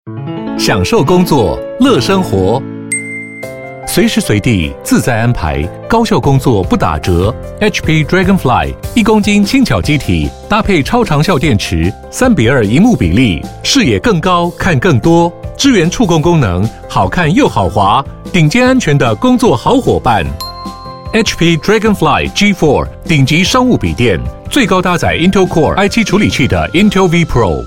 享受工作，乐生活，随时随地自在安排，高效工作不打折。HP Dragonfly 1公斤轻巧机体，搭配超长效电池，3:2萤幕比例，视野更高，看更多，支援触控功能，好看又好滑，顶尖安全的工作好伙伴。HP Dragonfly G4 顶级商务笔电，最高搭载 Intel Core i7 处理器的 Intel V Pro。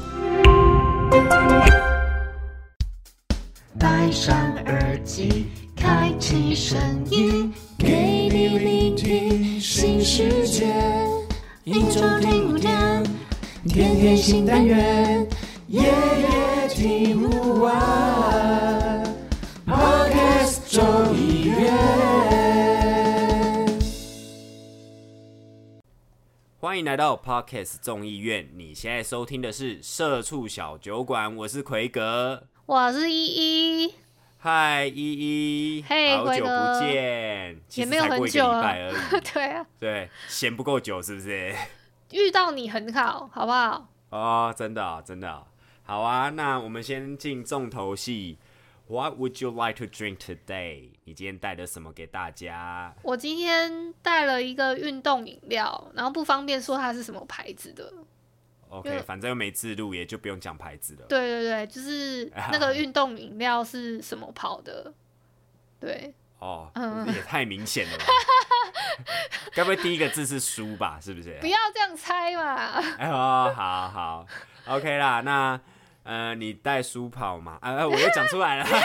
戴上耳机，开启声音，给你聆听新世界。一周听5天，天天新单元，夜夜听不完。Podcast 众议院， 欢迎来到 Podcast 众议院。你现在收听的是社畜小酒馆，我是奎格。 我是依依， 嗨，依依， 嘿， 好久不见， 也没有很久了， 其实才过一个礼拜而已。 对啊， 对，嫌不够久是不是？ 遇到你很好，好不好？ 哦，真的哦，真的哦。好啊，那我们先进重头戏。What would you like to drink today？ 你今天带了什么给大家？ 我今天带了一个运动饮料，然后不方便说它是什么牌子的。 OK， 反正又没字录，也就不用讲牌子了。 对对对，就是那个运动饮料是什么跑的？对。 哦，也太明显了吧？该不会第一个字是输吧？是不是？ 不要这样猜嘛！ 哎呦，好好 ，OK 啦。那你带书跑嘛？我又讲出来了。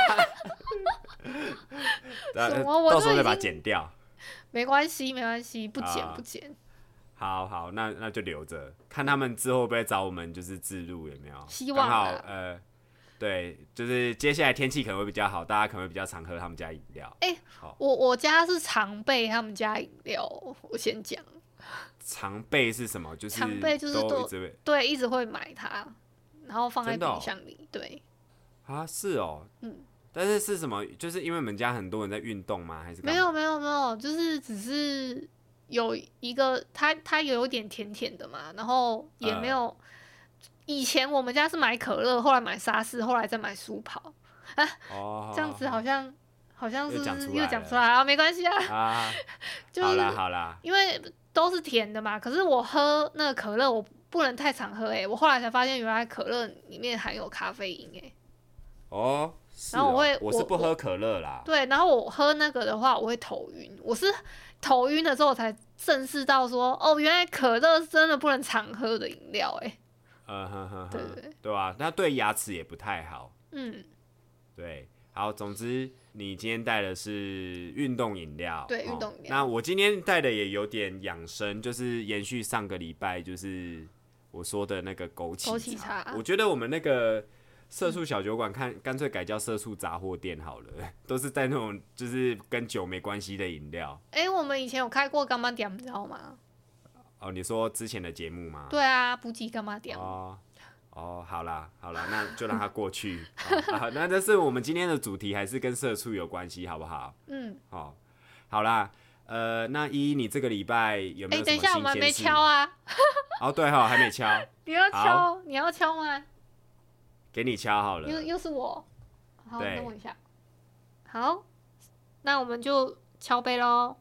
什么？ 到时候再把它剪掉。 没关系，没关系，不剪不剪。 好好，那就留着，看他们之后会不会找我们就是自录有没有？ 希望刚好对，就是接下来天气可能会比较好，大家可能会比较常喝他们家饮料。 我家是常备他们家饮料，我先讲。 常备是什么？就是常备就是一直会买它，然后放在冰箱里。对啊，是哦，但是是什么？就是因为我们家很多人在运动吗？还是没有，就是只是有一个它有点甜甜的嘛，然后也没有。以前我们家是买可乐，后来买沙士，后来再买舒跑啊。这样子好像是又讲出来啊，没关系啊。就是好啦， 因为都是甜的嘛。可是我喝那个可乐，我不能太常喝我后来才发现，原来可乐里面含有咖啡因哦， 然后我是不喝可乐啦。 对，然后我喝那个的话，我会头晕。我是头晕的时候才正视到说，哦，原来可乐是真的不能常喝的饮料对啊，那对牙齿也不太好。 对， 好，总之你今天带的是运动饮料， 对，运动饮料。 那我今天带的也有点养生，就是延续上个礼拜就是我说的那个枸杞茶。我觉得我们那个社畜小酒馆干脆改叫社畜杂货店好了，都是在那种就是跟酒没关系的饮料。 我们以前有开过干妈店，你知道吗？ 哦，你说之前的节目吗？ 对啊，补给干妈店。 好啦，那就让它过去。那这是我们今天的主题，还是跟社畜有关系，好不好？好啦，那依依，你这个礼拜有没有什么新鲜事？ 等一下，我们还没敲啊。 对还没敲。 你要敲吗？ 给你敲好了。 又是我。好，等我一下。好，那我们就敲杯咯。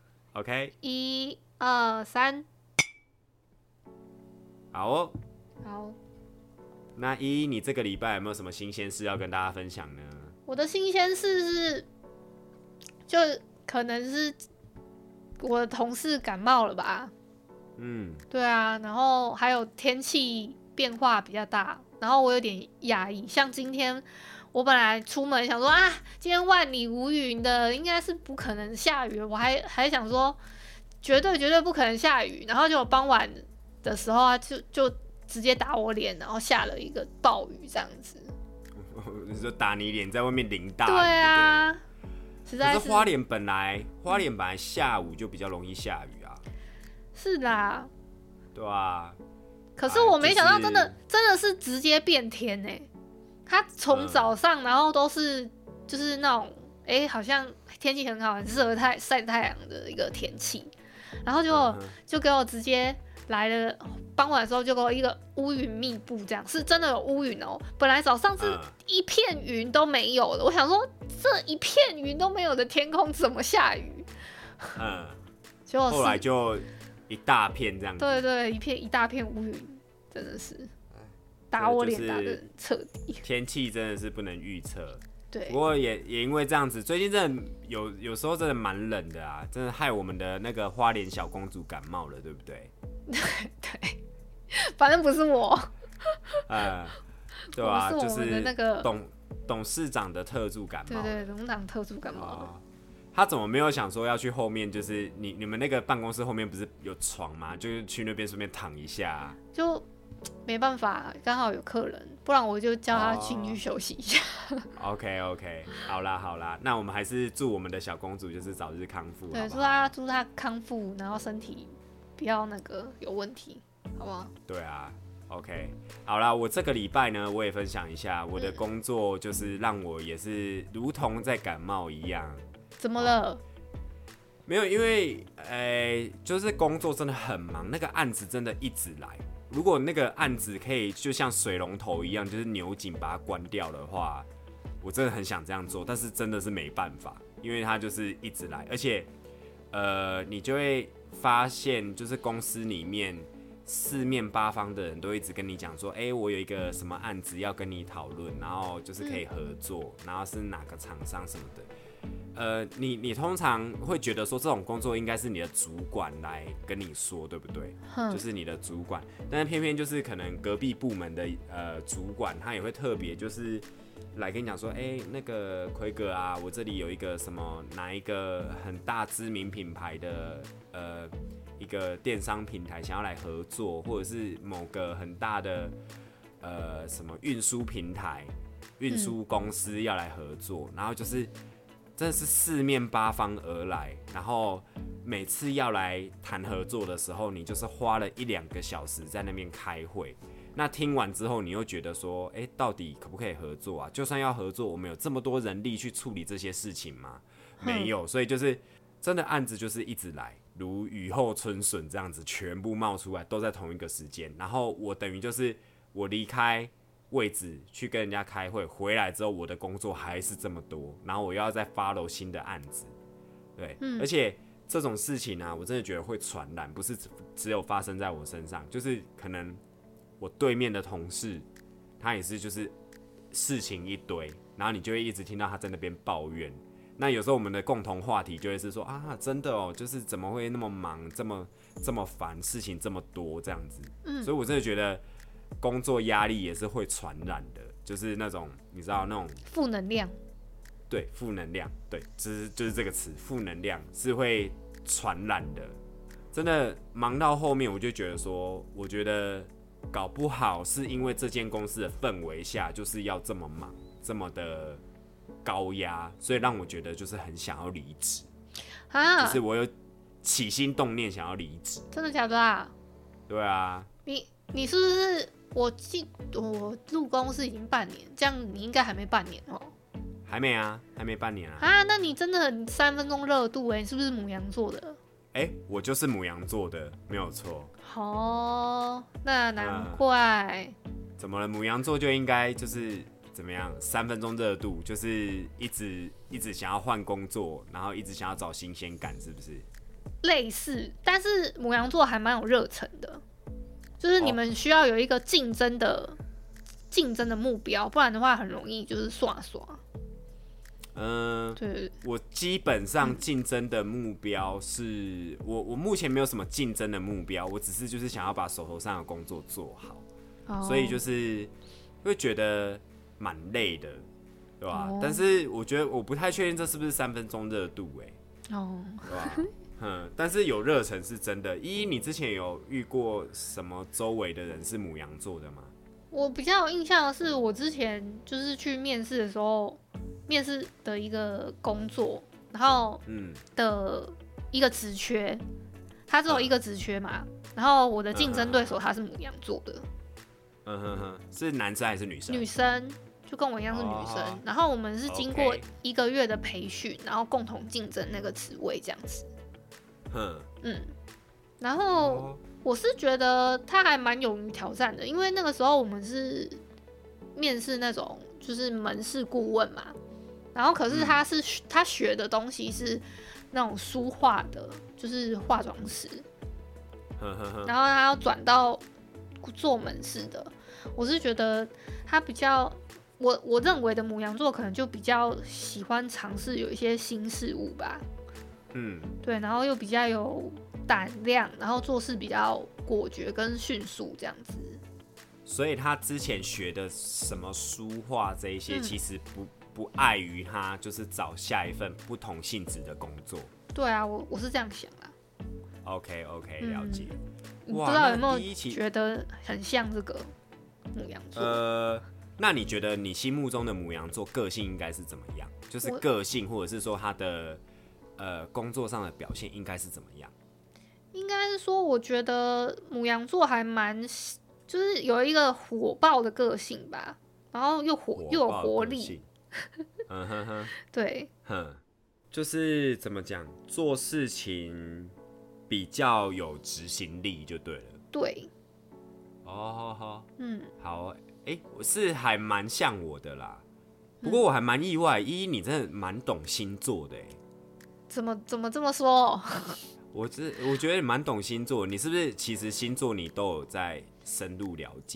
OK。 1、2、3。 好哦。 好。 那依依，你这个礼拜有没有什么新鲜事要跟大家分享呢？ 我的新鲜事是，就可能是我的同事感冒了吧。对啊，然后还有天气变化比较大，然后我有点压抑。像今天我本来出门想说今天万里无云的，应该是不可能下雨。我还想说绝对不可能下雨，然后就傍晚的时候就直接打我脸，然后下了一个暴雨这样子。 你说打你脸，在外面淋大雨。 对啊，实在是。 可是花莲本来下午就比较容易下雨啊。 是啦。 对啊。 可是我没想到真的是直接变天它从早上然后都是就是那种好像天气很好，很适合晒太阳的一个天气，然后就给我直接来了傍晚的时候就给我一个乌云密布，这样是真的有乌云哦。本来早上是一片云都没有的，我想说这一片云都没有的天空怎么下雨？结果后来就一大片这样子。 对对，一大片乌云，真的是打我脸打得彻底。 天气真的是不能预测。 对， 不过也因为这样子，最近真的有时候真的蛮冷的啊，真的害我们的那个花莲小公主感冒了，对不对？ 对，反正不是我。 对啊， 就是那个董事长的特助感冒。 对，董事长特助感冒。 他怎么没有想说要去后面？就是你们那个办公室后面不是有床吗？就是去那边顺便躺一下。 就没办法，刚好有客人，不然我就叫他进去休息一下。 OK， 好啦，那我们还是祝我们的小公主就是早日康复。 对，祝她康复，然后身体不要那个有问题，好不好？ 对啊 ，OK， 好啦，我这个礼拜呢，我也分享一下我的工作，就是让我也是如同在感冒一样。 怎么了？ 没有，因为就是工作真的很忙，那个案子真的一直来。如果那个案子可以就像水龙头一样，就是扭紧把它关掉的话，我真的很想这样做，但是真的是没办法，因为它就是一直来，而且你就会发现，就是公司里面四面八方的人都一直跟你讲说，我有一个什么案子要跟你讨论，然后就是可以合作，然后是哪个厂商什么的。你通常会觉得说这种工作应该是你的主管来跟你说，对不对？就是你的主管，但是偏偏就是可能隔壁部门的主管，他也会特别就是来跟你讲说，那个奎哥啊，我这里有一个什么哪一个很大知名品牌的一个电商平台想要来合作，或者是某个很大的什么运输平台、运输公司要来合作，然后就是真的是四面八方而来，然后每次要来谈合作的时候，你就是花了1-2个小时在那边开会。那听完之后，你又觉得说，到底可不可以合作啊？就算要合作，我们有这么多人力去处理这些事情吗？没有，所以就是真的案子就是一直来，如雨后春笋这样子，全部冒出来，都在同一个时间。然后我等于就是我离开位置去跟人家开会，回来之后我的工作还是这么多，然后我又要再 follow 新的案子，对，而且这种事情啊，我真的觉得会传染，不是只有发生在我身上，就是可能我对面的同事，他也是就是事情一堆，然后你就会一直听到他在那边抱怨。那有时候我们的共同话题就会是说啊，真的哦，就是怎么会那么忙，这么烦，事情这么多这样子，所以我真的觉得工作压力也是会传染的，就是那种你知道那种负能量， 对，负能量，对，就是这个词，负能量是会传染的。真的忙到后面，我就觉得说，我觉得搞不好是因为这间公司的氛围下就是要这么忙，这么的高压，所以让我觉得就是很想要离职啊，就是我有起心动念想要离职。 真的假的啊？ 对啊， 你是不是我入公司已经半年，这样你应该还没半年哦。 还没啊，还没半年啊。 啊，那你真的很3分钟热度哎，你是不是牡羊座的？ 我就是牡羊座的，没有错。 哦，那难怪。 怎么了？牡羊座就应该就是怎么样？3分钟热度，就是一直想要换工作，然后一直想要找新鲜感，是不是？ 类似，但是牡羊座还蛮有热忱的，就是你们需要有一个竞争的目标，不然的话很容易就是刷。对， 我基本上竞争的目标是我目前没有什么竞争的目标，我只是就是想要把手头上的工作做好，所以就是会觉得蛮累的，对吧？但是我觉得我不太确定这是不是3分钟热度，对吧？但是有热忱是真的。你之前有遇过什么周围的人是牡羊座的吗？ 我比较有印象的是，我之前就是去面试的时候，面试的一个工作，然后的一个职缺，他只有一个职缺嘛，然后我的竞争对手他是牡羊座的， 是男生还是女生？ 女生，就跟我一样是女生，然后我们是经过1个月的培训，然后共同竞争那个职位这样子。然后我是觉得他还蛮勇于挑战的，因为那个时候我们是面试那种就是门市顾问嘛，然后可是他学的东西是那种书画的，就是化妆师，然后他要转到做门市的，我是觉得他比较。我认为的牡羊座可能就比较喜欢尝试有一些新事物吧，对，然后又比较有胆量，然后做事比较果决跟迅速这样子。 所以他之前学的什么书画这一些，其实不碍于他就是找下一份不同性质的工作。 对啊，我是这样想啦。 OK， 了解。 你不知道有没有觉得很像这个牡羊座？ 那你觉得你心目中的牡羊座个性应该是怎么样？就是个性，或者是说他的工作上的表现应该是怎么样？ 应该是说，我觉得牡羊座还蛮，就是有一个火爆的个性吧，然后又有活力。对， 就是怎么讲，做事情比较有执行力就对了。 对。 好，好。我是还蛮像我的啦，不过我还蛮意外，你真的蛮懂星座的。 怎么这么说？ 我觉得你蛮懂星座，你是不是其实星座你都有在深入了解？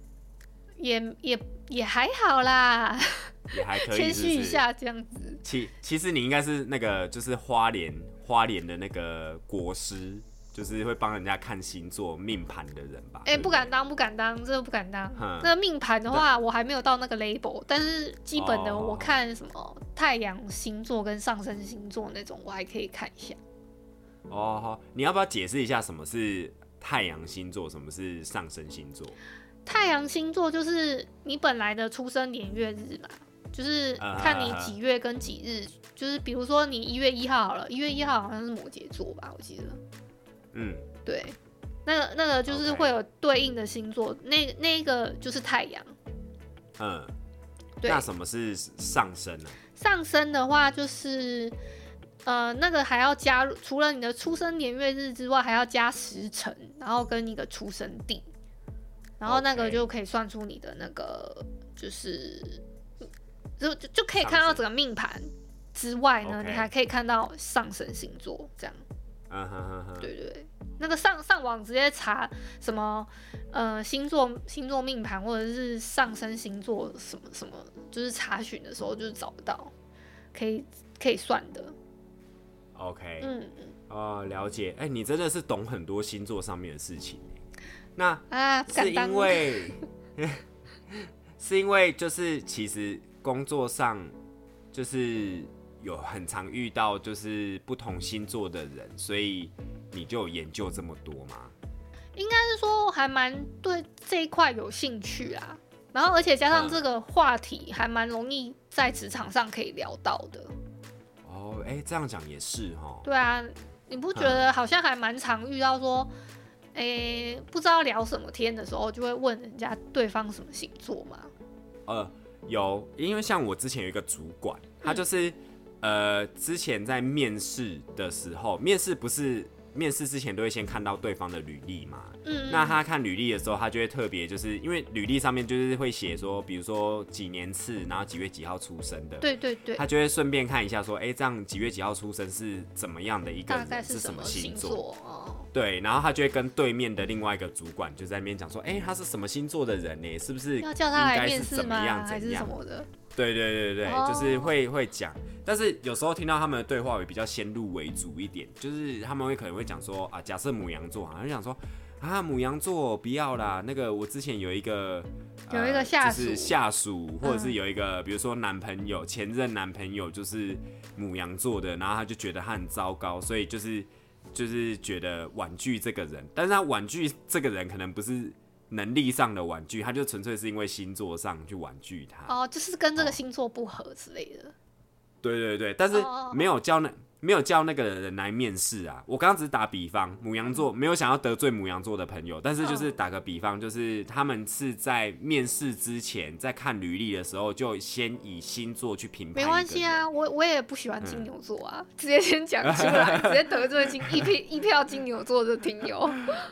也还好啦， 也还可以， 谦虚一下这样子。 其实你应该是那个就是花莲的那个国师。就是会帮人家看星座命盘的人吧？ 不敢当，这个不敢当。那个命盘的话，我还没有到那个 label， 但是基本的我看什么太阳星座跟上升星座那种，我还可以看一下。 你要不要解释一下什么是太阳星座，什么是上升星座？ 太阳星座就是你本来的出生年月日嘛，就是看你几月跟几日，就是比如说你1月1号好了，1月1号好像是摩羯座吧，我记得。对，那个就是会有对应的星座，那个就是太阳。 对。那什么是上升呢？ 上升的话就是那个还要加入，除了你的出生年月日之外，还要加时辰，然后跟一个出生地，然后那个就可以算出你的那个就是就可以看到整个命盘之外呢，你还可以看到上升星座这样。对，那个上网直接查什么星座命盘或者是上升星座什么，就是查询的时候就是找得到，可以算的。 OK， 了解。你真的是懂很多星座上面的事情。那是因为就是其实工作上就是有很常遇到就是不同星座的人，所以你就有研究这么多吗？ 应该是说还蛮对这一块有兴趣啊，然后而且加上这个话题还蛮容易在职场上可以聊到的。 这样讲也是齁。 对啊，你不觉得好像还蛮常遇到说，不知道聊什么天的时候，就会问人家对方什么星座吗？ 有，因为像我之前有一个主管，他就是之前在面试的时候，面试之前都会先看到对方的履历嘛。那他看履历的时候，他就会特别就是因为履历上面就是会写说，比如说几年次，然后几月几号出生的。 对， 他就会顺便看一下说，这样几月几号出生是怎么样的一个人， 大概是什么星座？对，然后他就会跟对面的另外一个主管就在那边讲说，他是什么星座的人呢？是不是要叫他来面试吗？ 还是什么的？ 对，就是会讲，但是有时候听到他们的对话也比较先入为主一点，就是他们可能会讲说假设牡羊座，好像讲说牡羊座不要啦，那个我之前有一个下属， 就是下属，或者是有一个比如说前任男朋友就是牡羊座的，然后他就觉得他很糟糕，所以就是觉得婉拒这个人，但是他婉拒这个人可能不是能力上的婉拒，他就纯粹是因为星座上去婉拒他。 就是跟这个星座不合之类的。 对，但是没有叫没有叫那个人来面试啊。我刚刚只是打比方，牡羊座没有想要得罪牡羊座的朋友，但是就是打个比方，就是他们是在面试之前，在看履历的时候，就先以星座去评判。 没关系啊，我也不喜欢金牛座啊，直接先讲出来，直接得罪一票金牛座的听友。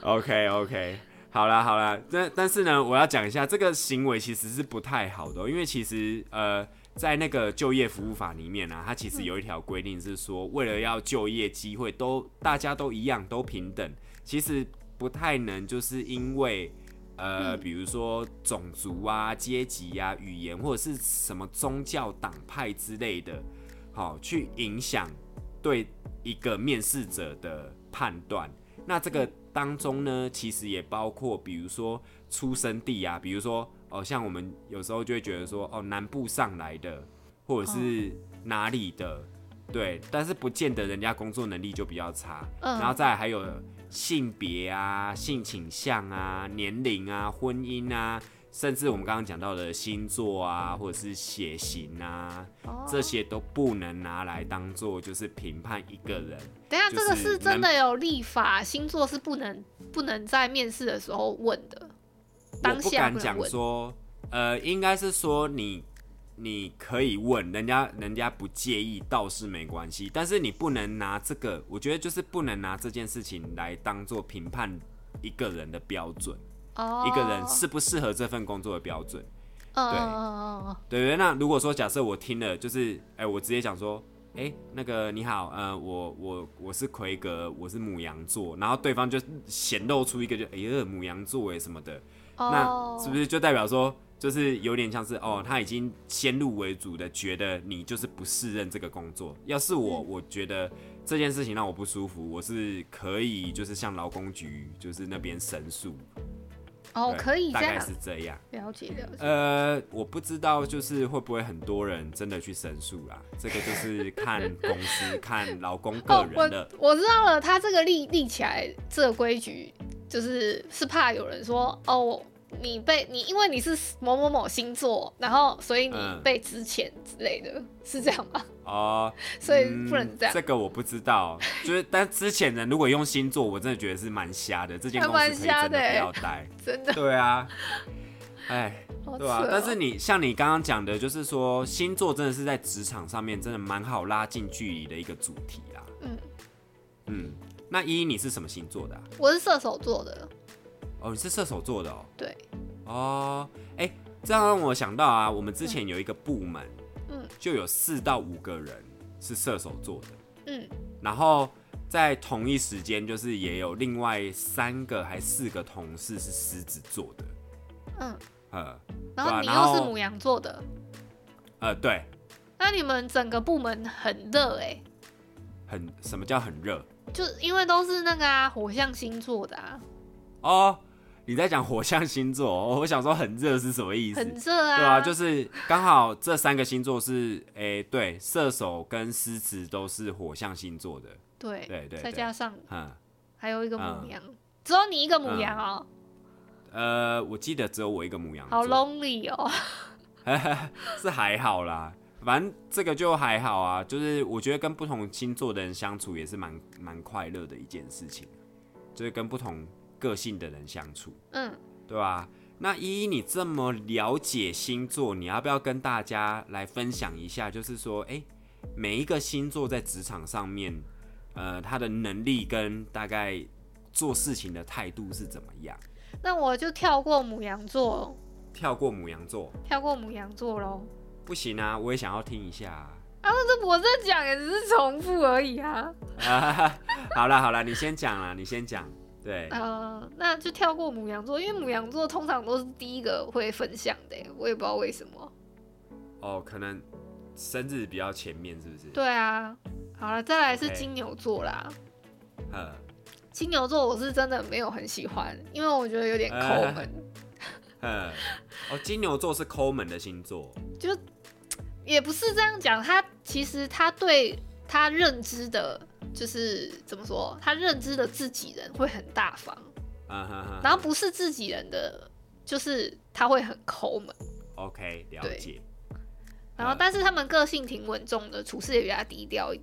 OK， 好啦，但是呢，我要讲一下这个行为其实是不太好的，因为其实在那个就业服务法里面啊，它其实有一条规定是说，为了要就业机会大家都一样都平等，其实不太能就是因为比如说种族啊、阶级啊、语言或者是什么宗教党派之类的，好去影响对一个面试者的判断。那这个当中呢，其实也包括比如说出生地啊，比如说像我们有时候就会觉得说南部上来的，或者是哪里的，对，但是不见得人家工作能力就比较差。然后再来还有性别啊、性倾向啊、年龄啊、婚姻啊，甚至我们刚刚讲到的星座啊，或者是血型啊，这些都不能拿来当做就是评判一个人。 等一下，这个是真的有立法，星座是不能在面试的时候问的。 我不敢讲说，应该是说你可以问人家不介意倒是没关系，但是你不能拿这个，我觉得就是不能拿这件事情来当做评判一个人的标准。一个人适不适合这份工作的标准。对。那如果说假设我听了，就是我直接讲说，那个你好，我是奎格，我是牡羊座，然后对方就显露出一个牡羊座什么的，那是不是就代表说，就是有点像是他已经先入为主的觉得你就是不适任这个工作？要是我觉得这件事情让我不舒服，我是可以就是向劳工局就是那边申诉。 可以这样， 大概是这样。 了解。 我不知道就是会不会很多人真的去申诉啦，这个就是看公司看劳工个人的。 我知道了，他这个立起来这个规矩，就是怕有人说你因为你是某某某星座，然后所以你被资遣之类的，是这样吗？所以不能这样。 这个我不知道，就是但之前人如果用星座，我真的觉得是蛮瞎的。这间公司可以真的不要待， 真的。 对啊，对啊。但是像你刚刚讲的，就是说星座真的是在职场上面真的蛮好拉近距离的一个主题啦。那依依你是什么星座的？ 我是射手座的。 你是射手座的哦。 对。 这样让我想到啊，我们之前有一个部门，就有4到5个人是射手座的，然后在同一时间，就是也有另外3个还4个同事是狮子座的， 然后你又是牡羊座的， 对。 那你们整个部门很热什么叫很热？ 就因为都是那个火象星座的啊。 你在讲火象星座，我想说很热是什么意思？ 很热啊， 对啊，就是刚好这3个星座是，对，射手跟狮子都是火象星座的，对， 再加上还有一个牡羊，只有你一个牡羊我记得只有我一个牡羊座， 好 lonely 是还好啦，反正这个就还好啊，就是我觉得跟不同星座的人相处也是蛮快乐的一件事情，就是跟不同个性的人相处，对吧？那依依你这么了解星座，你要不要跟大家来分享一下？就是说，每一个星座在职场上面，他的能力跟大概做事情的态度是怎么样？ 那我就跳过牡羊座。 跳过牡羊座咯。 不行啊，我也想要听一下这我在讲也只是重复而已啊。 好啦，你先讲啦，对， 那就跳过牡羊座，因为牡羊座通常都是第一个会分享的，我也不知道为什么。 可能生日比较前面，是不是？ 对啊。好了，再来是金牛座啦。金牛座我是真的没有很喜欢，因为我觉得有点抠门。 金牛座是抠门的星座， 就也不是这样讲，其实他对他认知的。就是怎么说，他认知的自己人会很大方，然后不是自己人的，就是他会很抠门。 OK， 了解。 然后，但是他们个性挺稳重的，处事也比较低调一点。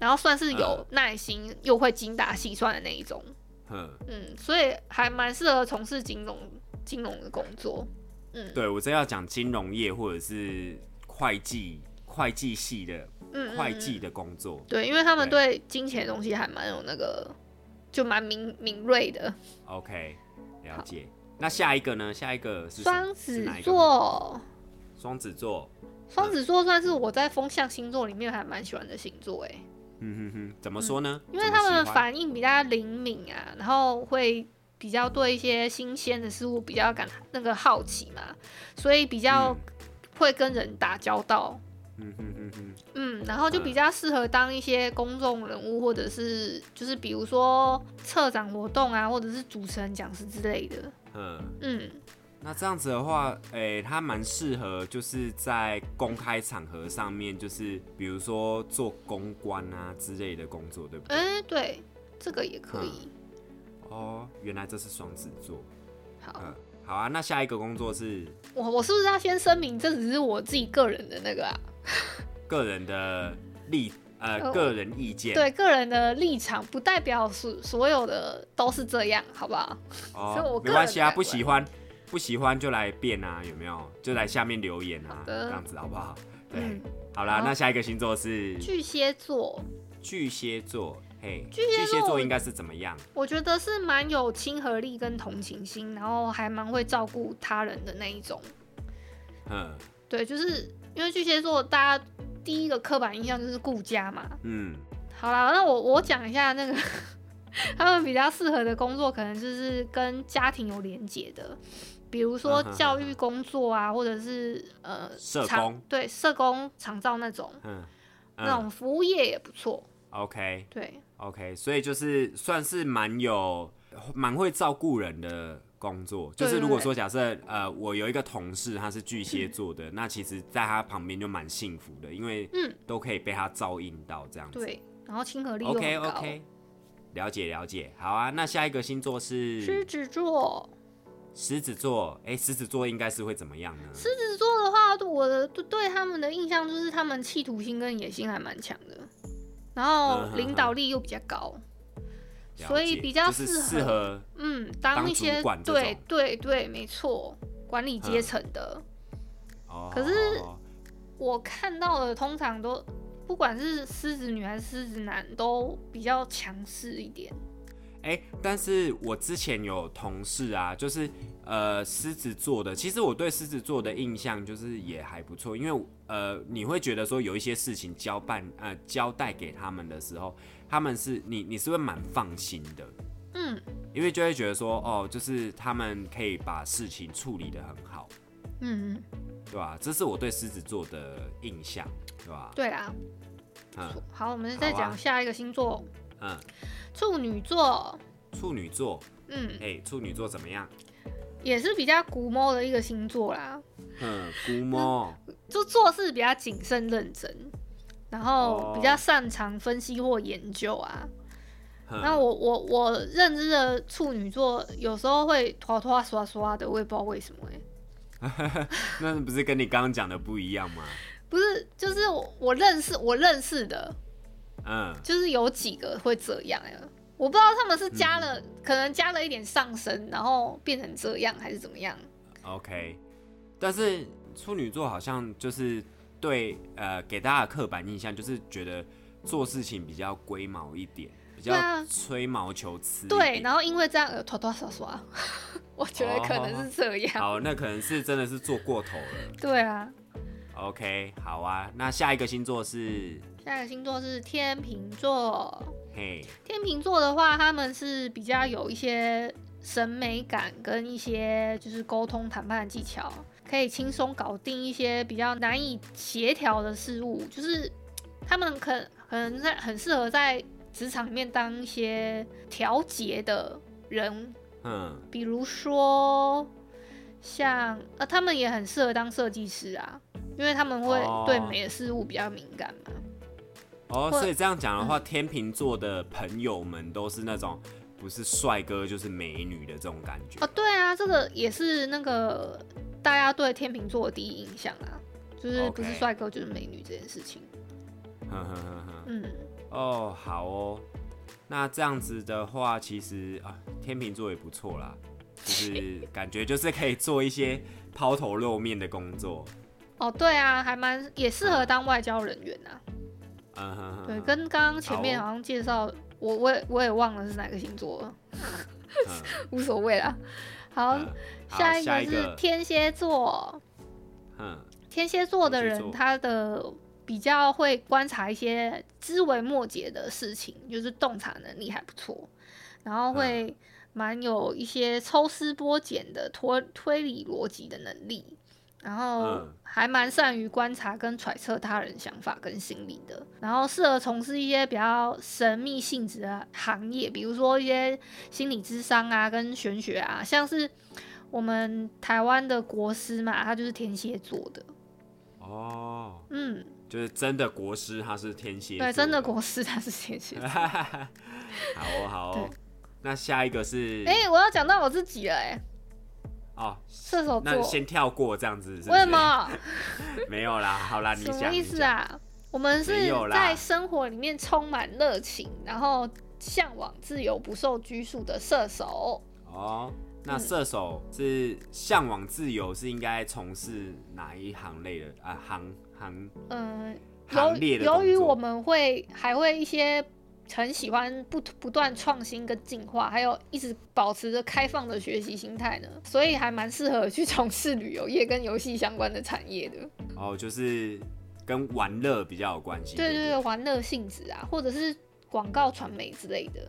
然后算是有耐心又会精打细算的那一种。所以还蛮适合从事金融的工作。 对，我真要讲金融业或者是会计系的会计的工作。 对，因为他们对金钱的东西还蛮有那个，就蛮敏锐的。 OK， 了解。那下一个呢？下一个是双子座。 双子座算是我在风象星座里面还蛮喜欢的星座哎。 怎么说呢？ 因为他们反应比较灵敏啊，然后会比较对一些新鲜的事物比较那个好奇嘛，所以比较会跟人打交道。然后就比较适合当一些公众人物，或者是就是比如说策展活动啊，或者是主持人、讲师之类的。 那这样子的话，他蛮适合就是在公开场合上面，就是比如说做公关啊之类的工作，对不对？ 对，这个也可以。 原来这是双子座。好啊，那下一个工作是我是不是要先声明，这只是我自己个人的那个啊？ 个人的个人意见。 对，个人的立场不代表所有的都是这样，好不好？ 没关系啊，不喜欢就来辩啊，有没有？就来下面留言啊，这样子好不好？对，好啦，那下一个星座是巨蟹座。 巨蟹座，巨蟹座应该是怎么样？ 我觉得是蛮有亲和力跟同情心，然后还蛮会照顾他人的那一种。对，就是因为巨蟹座，大家第一个刻板印象就是顾家嘛。好啦，那我讲一下那个他们比较适合的工作，可能就是跟家庭有连结的。比如说教育工作啊，或者是社工， 对，社工、长照那种，那种服务业也不错。 OK， 对 ，OK， 所以就是算是蛮会照顾人的工作。就是如果说假设我有一个同事他是巨蟹座的，那其实在他旁边就蛮幸福的，因为都可以被他照应到这样子。 对，然后亲和力又很高。 OK， 了解。好啊，那下一个星座是狮子座。 狮子座应该是会怎么样呢？ 狮子座的话，我对他们的印象就是他们企图心跟野心还蛮强的，然后领导力又比较高，所以比较适合当一些对，没错，管理阶层的。可是我看到的通常都不管是狮子女还是狮子男，都比较强势一点。 但是我之前有同事啊，就是狮子座的，其实我对狮子座的印象就是也还不错，因为你会觉得说有一些事情交代给他们的时候，他们是你是会蛮放心的，因为就会觉得说就是他们可以把事情处理得很好，对吧？这是我对狮子座的印象，对吧？ 对啦，好，我们再讲下一个星座。处女座， 处女座怎么样？ 也是比较古摸的一个星座啦。 古摸， 就做事比较谨慎认真，然后比较擅长分析或研究啊。那我认知的处女座有时候会拖拖刷刷的，我也不知道为什么那不是跟你刚刚讲的不一样吗？ 不是，就是我认识的。就是有几个会这样我不知道他们是可能加了一点上升，然后变成这样，还是怎么样 ？OK， 但是处女座好像就是对给大家的刻板印象就是觉得做事情比较龟毛一点，比较吹毛求疵。 对，然后因为这样拖拖刷刷，我觉得可能是这样。 好，那可能是真的是做过头了。 对啊。 OK， 好啊，那下一个星座是？ 下一个星座是天秤座。天秤座的话，他们是比较有一些审美感跟一些就是沟通谈判的技巧，可以轻松搞定一些比较难以协调的事物。就是他们可能很适合在职场里面当一些调节的人。比如说像他们也很适合当设计师啊，因为他们会对美的事物比较敏感嘛。 所以这样讲的话，天秤座的朋友们都是那种不是帅哥就是美女的这种感觉。 对啊，这个也是那个大家对天秤座的第一印象啊，就是不是帅哥就是美女这件事情。 哦，好哦。那这样子的话，其实天秤座也不错啦，就是感觉就是可以做一些抛头露面的工作。 哦，对啊，也适合当外交人员啊。对，跟刚刚前面好像介绍，我也忘了是哪个星座了，无所谓啦。好，下一个是天蝎座。天蝎座的人，他的比较会观察一些枝微末节的事情，就是洞察能力还不错，然后会蛮有一些抽丝剥茧的推理逻辑的能力，然后还蛮善于观察跟揣测他人想法跟心理的，然后适合从事一些比较神秘性质的行业，比如说一些心理諮商啊跟玄学啊，像是我们台湾的国师嘛，他就是天蝎座的。 哦，就是真的国师他是天蝎座， 对，真的国师他是天蝎座。 好哦。那下一个是， 我要讲到我自己了射手座。 那先跳过这样子是不是？ 为什么？ 没有啦，好啦，你讲。 什么意思啊？我们是在生活里面充满热情，然后向往自由不受拘束的射手。 哦。那射手是向往自由，是应该从事哪一行类的行列的工作？ 由于我们还会一些很喜欢不断创新跟进化，还有一直保持着开放的学习心态呢，所以还蛮适合去从事旅游业跟游戏相关的产业的。 哦，就是跟玩乐比较有关系。 对，玩乐性质啊，或者是广告传媒之类的。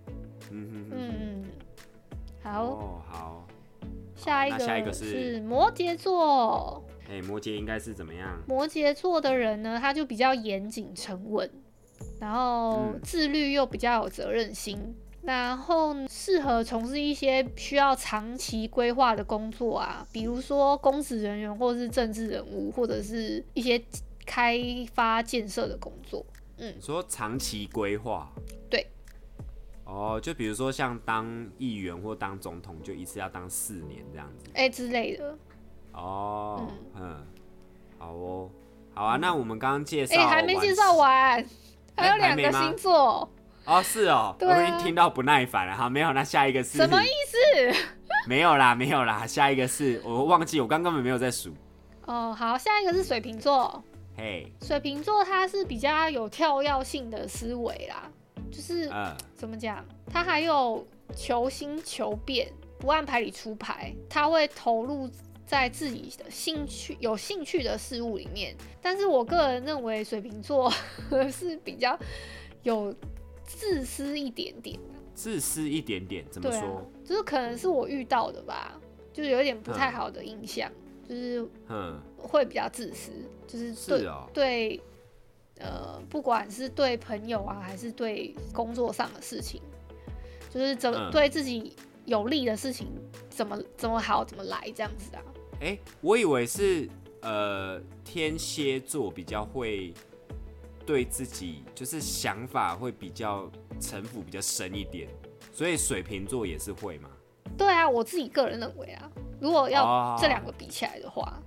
好， 下一个是摩羯座。 摩羯应该是怎么样？ 摩羯座的人呢，他就比较严谨沉稳，然后自律又比较有责任心，然后适合从事一些需要长期规划的工作啊，比如说公职人员或是政治人物，或者是一些开发建设的工作。 你说长期规划？ 对。 就比如说像当议员或当总统，就一次要当4年这样子， 之类的。 好哦，好啊。那我们刚刚介绍， 还没介绍完，还有2个星座。 是哦，我已经听到不耐烦了。好，没有，那下一个是什么意思？ 没有啦，下一个是我忘记，我刚根本没有在数。 好，下一个是水瓶座。水瓶座它是比较有跳跃性的思维啦。就是怎么讲，他还有求新求变，不按牌理出牌，他会投入在自己的有兴趣的事物里面。但是我个人认为水瓶座是比较有自私一点点。 自私一点点怎么说？ 就是可能是我遇到的吧，就是有点不太好的印象，就是会比较自私，就是对。不管是对朋友啊，还是对工作上的事情，就是对自己有利的事情，怎么好怎么来这样子啊。 我以为是天蝎座比较会对自己就是想法会比较城府比较深一点，所以水瓶座也是会吗？ 对啊，我自己个人认为啊，如果要这2个比起来的话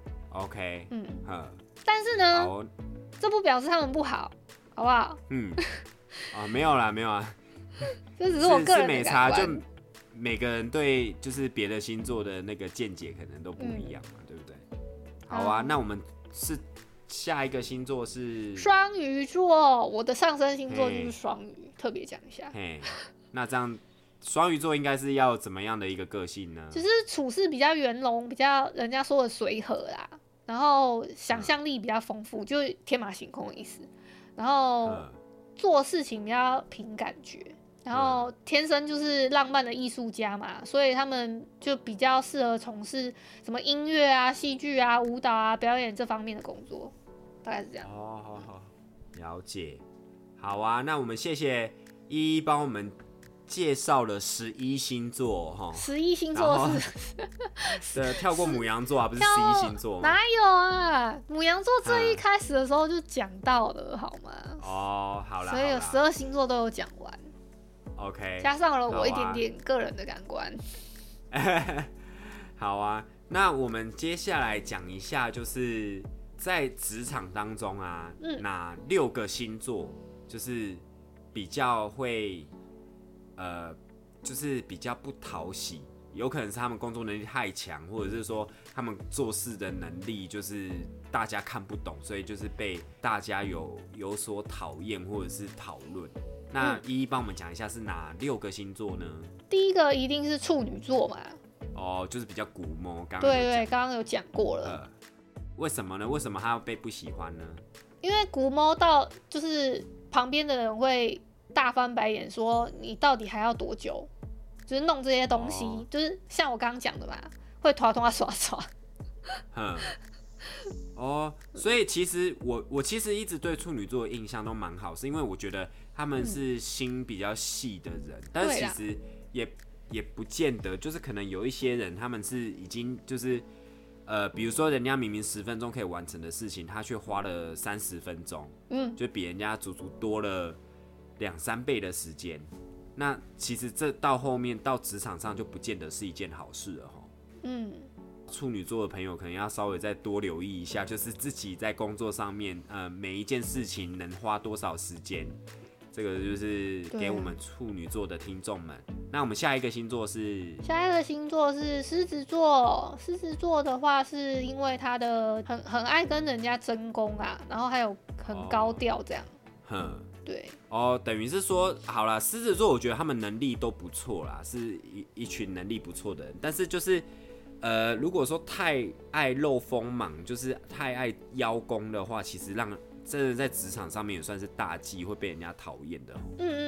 ，OK， 但是呢。这不表示他们不好，好不好？ 没有啦， 这只是我个人的感官。 就每个人对就是别的星座的那个见解可能都不一样嘛，对不对？好啊，那我们是下一个星座是双鱼座，我的上升星座就是双鱼，特别讲一下。 那这样双鱼座应该是要怎么样的一个个性呢？ 就是处事比较圆融，比较人家说的随和啦。然后想象力比较丰富，就是天马行空的意思。然后做事情比较凭感觉，然后天生就是浪漫的艺术家嘛，所以他们就比较适合从事什么音乐啊、戏剧啊、舞蹈啊、表演这方面的工作，大概是这样。 好，了解。好啊，那我们谢谢依依帮我们介绍了11星座 11星座是跳过牡羊座啊，不是11星座吗？ 哪有啊？牡羊座最一开始的时候就讲到了，好吗？ 好啦， 所以有12星座都有讲完。 OK， 加上了我一点点个人的感官。 好啊，那我们接下来讲一下，就是在职场当中啊，哪6个星座？ 就是比较会就是比较不讨喜，有可能是他们工作能力太强，或者是说他们做事的能力就是大家看不懂，所以就是被大家有所讨厌或者是讨论。那一一帮我们讲一下是哪6个星座呢？ 第一个一定是处女座嘛。 哦，就是比较古摸， 对，刚刚有讲过了。 为什么呢？为什么他要被不喜欢呢？ 因为古摸到就是旁边的人会大翻白眼，说你到底还要多久？就是弄这些东西，就是像我刚刚讲的嘛，会拖刷刷。 所以其实我其实一直对处女座的印象都蛮好，是因为我觉得他们是心比较细的人，但是其实也不见得，就是可能有一些人他们是已经就是比如说人家明明10分钟可以完成的事情，他却花了30分钟，就比人家足足多了2-3倍的时间。那其实这到后面到职场上就不见得是一件好事了齁。处女座的朋友可能要稍微再多留意一下，就是自己在工作上面，每一件事情能花多少时间，这个就是给我们处女座的听众们。那我们下一个星座是？下一个星座是狮子座。狮子座的话，是因为他的很爱跟人家争功啊，然后还有很高调这样。对。 等于是说，好啦，狮子座我觉得他们能力都不错啦，是一群能力不错的人，但是就是。如果说太爱露锋芒，就是太爱邀功的话，其实让真的在职场上面也算是大忌，会被人家讨厌的。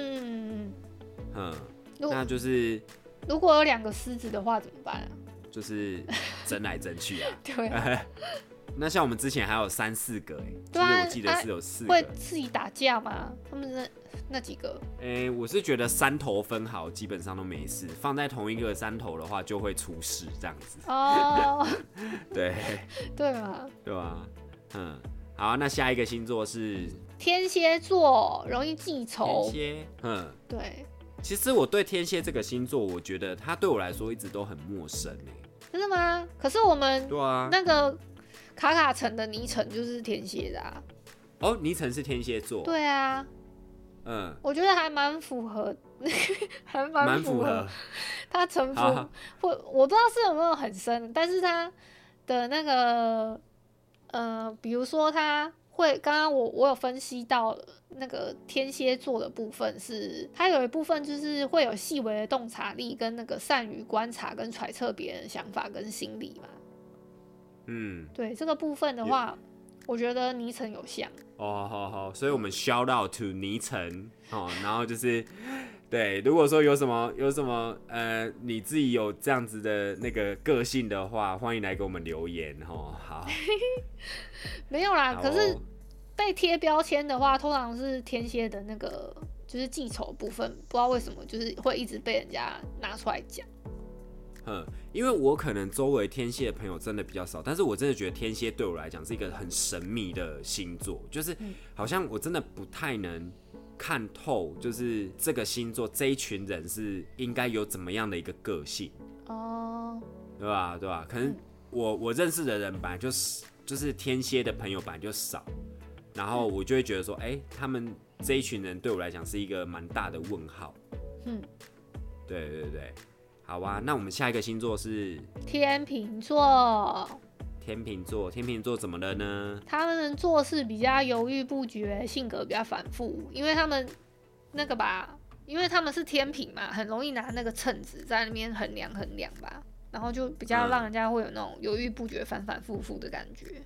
那就是如果有2个狮子的话怎么办啊？ 就是争来争去啊。 对。 那像我们之前还有3-4个对啊， 我记得是有4个。 会自己打架吗？他们那几个？ 我是觉得3头分好，基本上都没事。放在同一个3头的话，就会出事这样子。对。 对嘛？ 对吧？好，那下一个星座是天蝎座，容易记仇。 天蝎， 对。 其实我对天蝎这个星座，我觉得他对我来说一直都很陌生真的吗？可是我们对啊， 那个卡城的倪晨就是天蝎的啊。 倪晨是天蝎座。 对啊。我觉得还蛮符合，还蛮符合。他城府，我不知道是有没有很深，但是他的那个，比如说他会，刚刚我有分析到那个天蝎座的部分是，他有一部分就是会有细微的洞察力，跟那个善于观察跟揣测别人的想法跟心理嘛。对这个部分的话。我觉得倪晨有像好，所以我们 shout out to 倪晨然后就是对，如果说有什么你自己有这样子的那个个性的话，欢迎来给我们留言好。 没有啦，可是被贴标签的话，通常是天蝎的那个就是记仇部分，不知道为什么就是会一直被人家拿出来讲。 因为我可能周围天蝎的朋友真的比较少，但是我真的觉得天蝎对我来讲是一个很神秘的星座，就是好像我真的不太能看透，就是这个星座这一群人是应该有怎么样的一个个性对吧？可能我认识的人本来就是天蝎的朋友本来就少，然后我就会觉得说，他们这一群人对我来讲是一个蛮大的问号。对。好啊，那我们下一个星座是天秤座。 天秤座怎么了呢？ 他们做事比较犹豫不决，性格比较反复，因为他们那个吧，因为他们是天秤嘛，很容易拿那个秤子在那边衡量吧，然后就比较让人家会有那种犹豫不决、反反复复的感觉。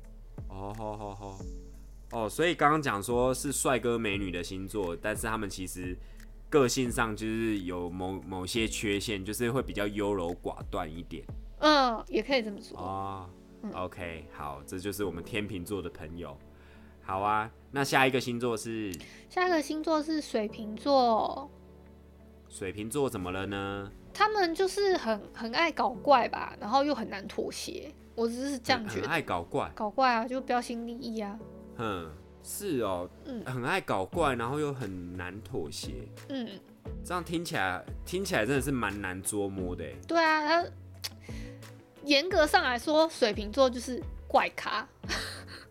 所以刚刚讲说是帅哥美女的星座，但是他们其实个性上就是有某些缺陷，就是会比较优柔寡断一点。 也可以这么说。 OK， 好，这就是我们天秤座的朋友。好啊，那下一个星座是？ 下一个星座是水瓶座。 水瓶座怎么了呢？ 他们就是很爱搞怪吧，然后又很难妥协。我只是这样觉得。 很爱搞怪啊，就标新立异啊。 是哦，很爱搞怪，然后又很难妥协。这样听起来真的是蛮难捉摸的。 对啊，他严格上来说，水瓶座就是怪咖。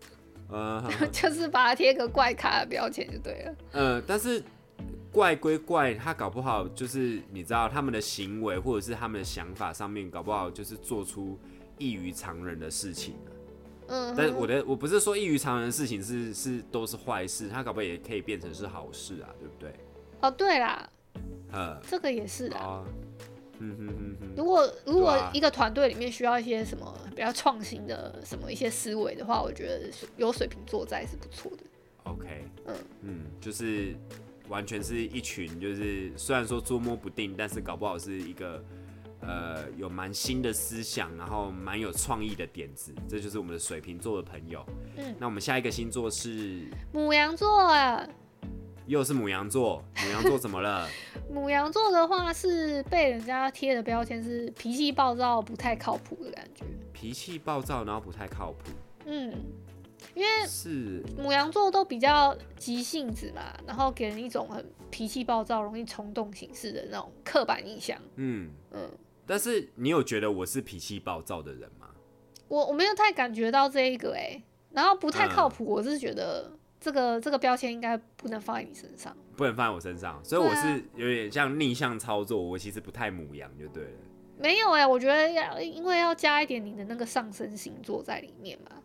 就是把它贴个怪咖的标签就对了。 但是怪归怪，他搞不好就是你知道他们的行为或者是他们的想法上面，搞不好就是做出异于常人的事情。但是我不是说异于常人的事情都是坏事，他搞不好也可以变成是好事啊，对不对？ 哦，对啦，这个也是啊。如果一个团队里面需要一些什么比较创新的什么一些思维的话，我觉得有水瓶座在是不错的。 OK， 就是完全是一群，就是虽然说捉摸不定，但是搞不好是一个有蛮新的思想，然后蛮有创意的点子，这就是我们的水瓶座的朋友。那我们下一个星座是牡羊座啊。 又是牡羊座，牡羊座怎么了？ 牡羊座的话是被人家贴的标签是脾气暴躁、不太靠谱的感觉。 脾气暴躁，然后不太靠谱。 因为是牡羊座都比较急性子嘛，然后给人一种很脾气暴躁、容易冲动行事的那种刻板印象。 但是你有觉得我是脾气暴躁的人吗？ 我没有太感觉到这一个然后不太靠谱，我是觉得。这个标签应该不能放在你身上， 不能放在我身上，所以我是有点像逆向操作，我其实不太牡羊就对了。 没有我觉得因为要加一点你的那个上升星座在里面嘛。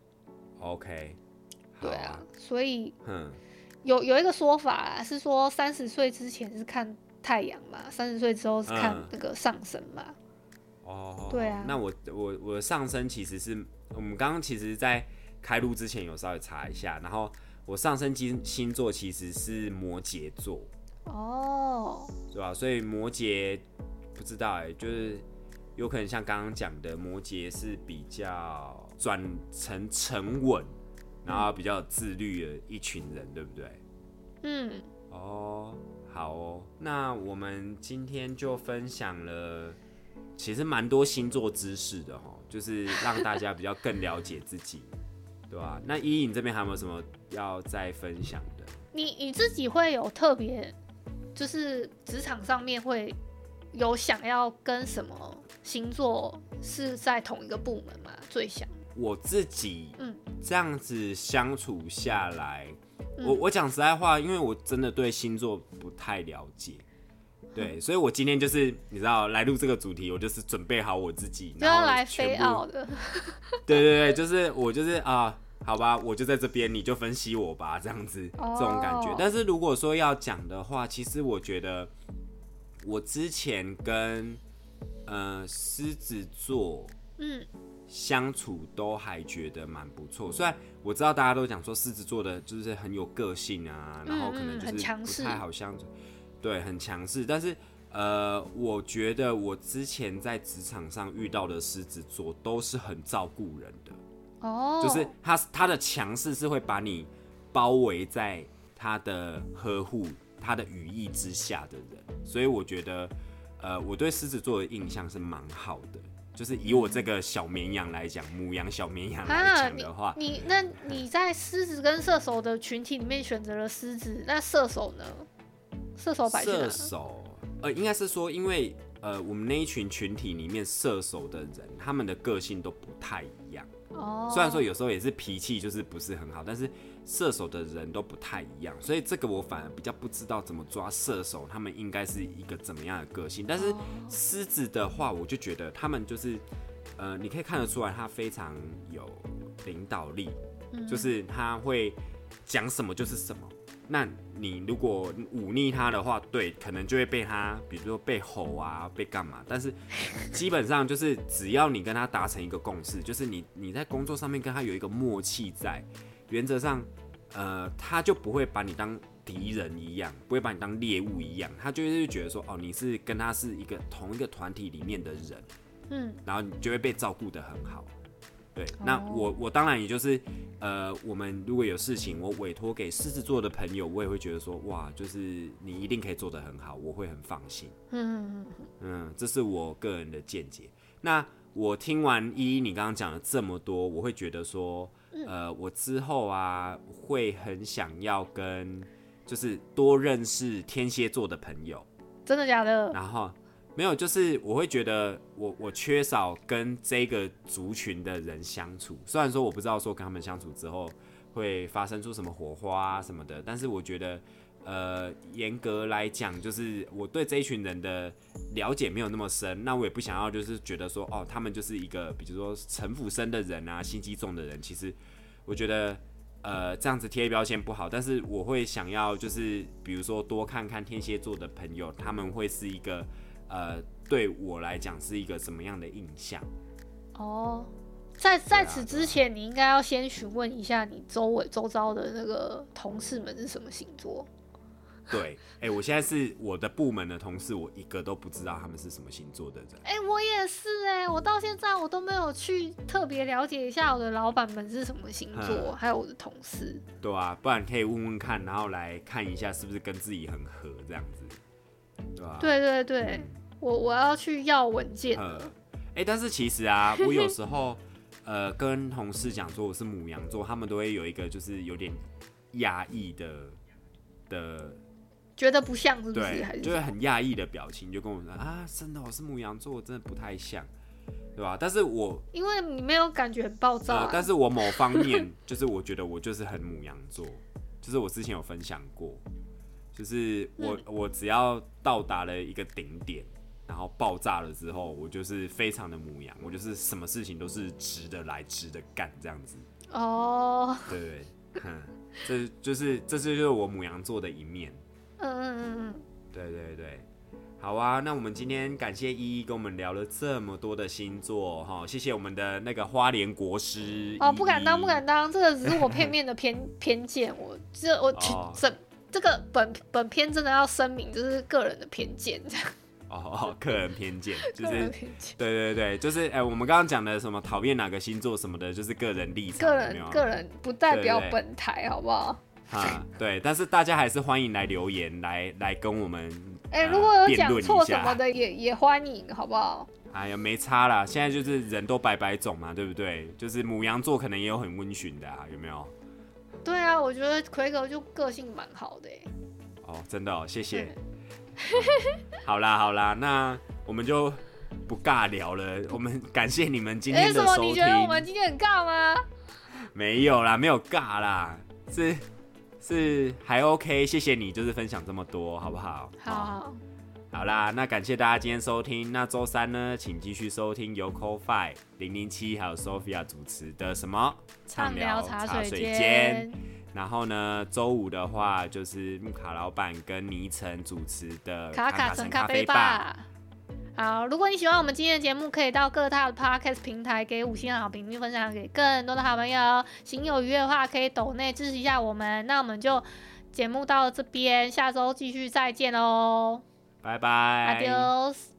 OK， 对啊，所以有一个说法是说30岁之前是看太阳嘛，30岁之后是看那个上升嘛。对啊。 那我的上升其实是我们刚刚其实在开录之前有稍微查一下，然后。我上升星座其实是摩羯座，对吧？所以摩羯不知道就是有可能像刚刚講的，摩羯是比較轉成沉穩，然後比較自律的一群人，對不對？好哦，那我們今天就分享了，其實蠻多星座知識的就是讓大家比較更了解自己。对吧？那依依你这边还有没有什么要再分享的？ 你自己会有特别，就是职场上面会有想要跟什么星座是在同一个部门吗？最想我自己，这样子相处下来，我讲实在话，因为我真的对星座不太了解。对，所以我今天就是你知道来录这个主题，我就是准备好我自己， 就要来飞奥的。 对，就是我就是好吧，我就在这边，你就分析我吧，这样子这种感觉。但是如果说要讲的话，其实我觉得我之前跟狮子座相处都还觉得蛮不错。虽然我知道大家都讲说狮子座的就是很有个性啊，然后可能就是不太好相处。对，很强势，但是我觉得我之前在职场上遇到的狮子座都是很照顾人的，就是他的强势是会把你包围在他的呵护、他的羽翼之下的人，所以我觉得我对狮子座的印象是蛮好的。就是以我这个小绵羊来讲，牡羊小绵羊来讲的话， 你在狮子跟射手的群体里面选择了狮子，那射手呢？射手摆去哪？射手， 应该是说，因为我们那一群群体里面射手的人，他们的个性都不太一样。虽然说有时候也是脾气就是不是很好，但是射手的人都不太一样，所以这个我反而比较不知道怎么抓射手，他们应该是一个怎么样的个性。但是狮子的话，我就觉得他们就是你可以看得出来，他非常有领导力，就是他会讲什么就是什么。那你如果忤逆他的话，对，可能就会被他，比如说被吼啊，被干嘛。但是基本上就是只要你跟他达成一个共识，就是你在工作上面跟他有一个默契在，原则上，他就不会把你当敌人一样，不会把你当猎物一样，他就会觉得说，你是跟他是同一个团体里面的人，然后你就会被照顾得很好。对，那我当然也就是，我们如果有事情，我委托给狮子座的朋友，我也会觉得说，哇，就是你一定可以做得很好，我会很放心。这是我个人的见解。那我听完依依你刚刚讲了这么多，我会觉得说，我之后啊会很想要就是多认识天蝎座的朋友。 真的假的？ 然后。没有，就是我会觉得我缺少跟这个族群的人相处。虽然说我不知道说跟他们相处之后会发生出什么火花什么的。但是我觉得，严格来讲，就是我对这一群人的了解没有那么深，那我也不想要就是觉得说，他们就是一个比如说城府深的人啊，心机重的人。其实我觉得。这样子贴标签不好，但是我会想要就是比如说多看看天蝎座的朋友，他们会是一个对我来讲是一个什么样的印象？ 在此之前，你应该要先询问一下你周遭的那个同事们是什么星座。 对，我现在是我的部门的同事，我一个都不知道他们是什么星座的人。 我也是我到现在我都没有去特别了解一下我的老板们是什么星座，还有我的同事。 对啊，不然可以问问看，然后来看一下是不是跟自己很合这样子，对吧？ 对对对，我要去要文件了。 但是其实啊，我有时候跟同事讲说我是牡羊座，他们都会有一个就是有点压抑的。 觉得不像是不是？ 对， 还是就是很讶异的表情，就跟我说啊，真的我是牡羊座，我真的不太像，对吧？但是我因为你没有感觉很暴躁但是我某方面就是我觉得我就是很牡羊座，就是我之前有分享过，就是我只要到达了一个顶点，然后爆炸了之后，我就是非常的牡羊，我就是什么事情都是直的来，直的干这样子。对，这就是我牡羊座的一面。对对对，好啊，那我们今天感谢依依跟我们聊了这么多的星座哈，谢谢我们的那个花莲国师依依。 不敢当，这个只是我片面的偏见，这个本片真的要声明，这是个人的偏见这样。 个人偏见，就是对对对，就是我们刚刚讲的什么讨厌哪个星座什么的，就是个人立场， 个人不代表本台，好不好？ 对，但是大家还是欢迎来留言，来跟我们如果有讲错什么的也欢迎，好不好？ 哎呀，没差啦，现在就是人都百种嘛，对不对？就是牡羊座可能也有很温驯的有没有？ 对啊，我觉得奎格就个性蛮好的真的谢谢。好啦，那我们就不尬聊了，我们感谢你们今天的收听。 什么？你觉得我们今天很尬吗？ 没有啦，没有尬啦，是还 OK， 谢谢你，就是分享这么多，好不好？好啦，那感谢大家今天收听。那周三呢，请继续收听由 Ko-Fi 007还有 Sophia 主持的什么畅聊茶水间。然后呢，周五的话就是木卡老板跟倪晨主持的卡卡城咖啡吧。好，如果你喜欢我们今天的节目，可以到各大的 podcast 平台给5星好评，并分享给更多的好朋友。行有余力的话，可以抖内支持一下我们。那我们就节目到这边，下周继续再见喽， 拜拜 ，Adios。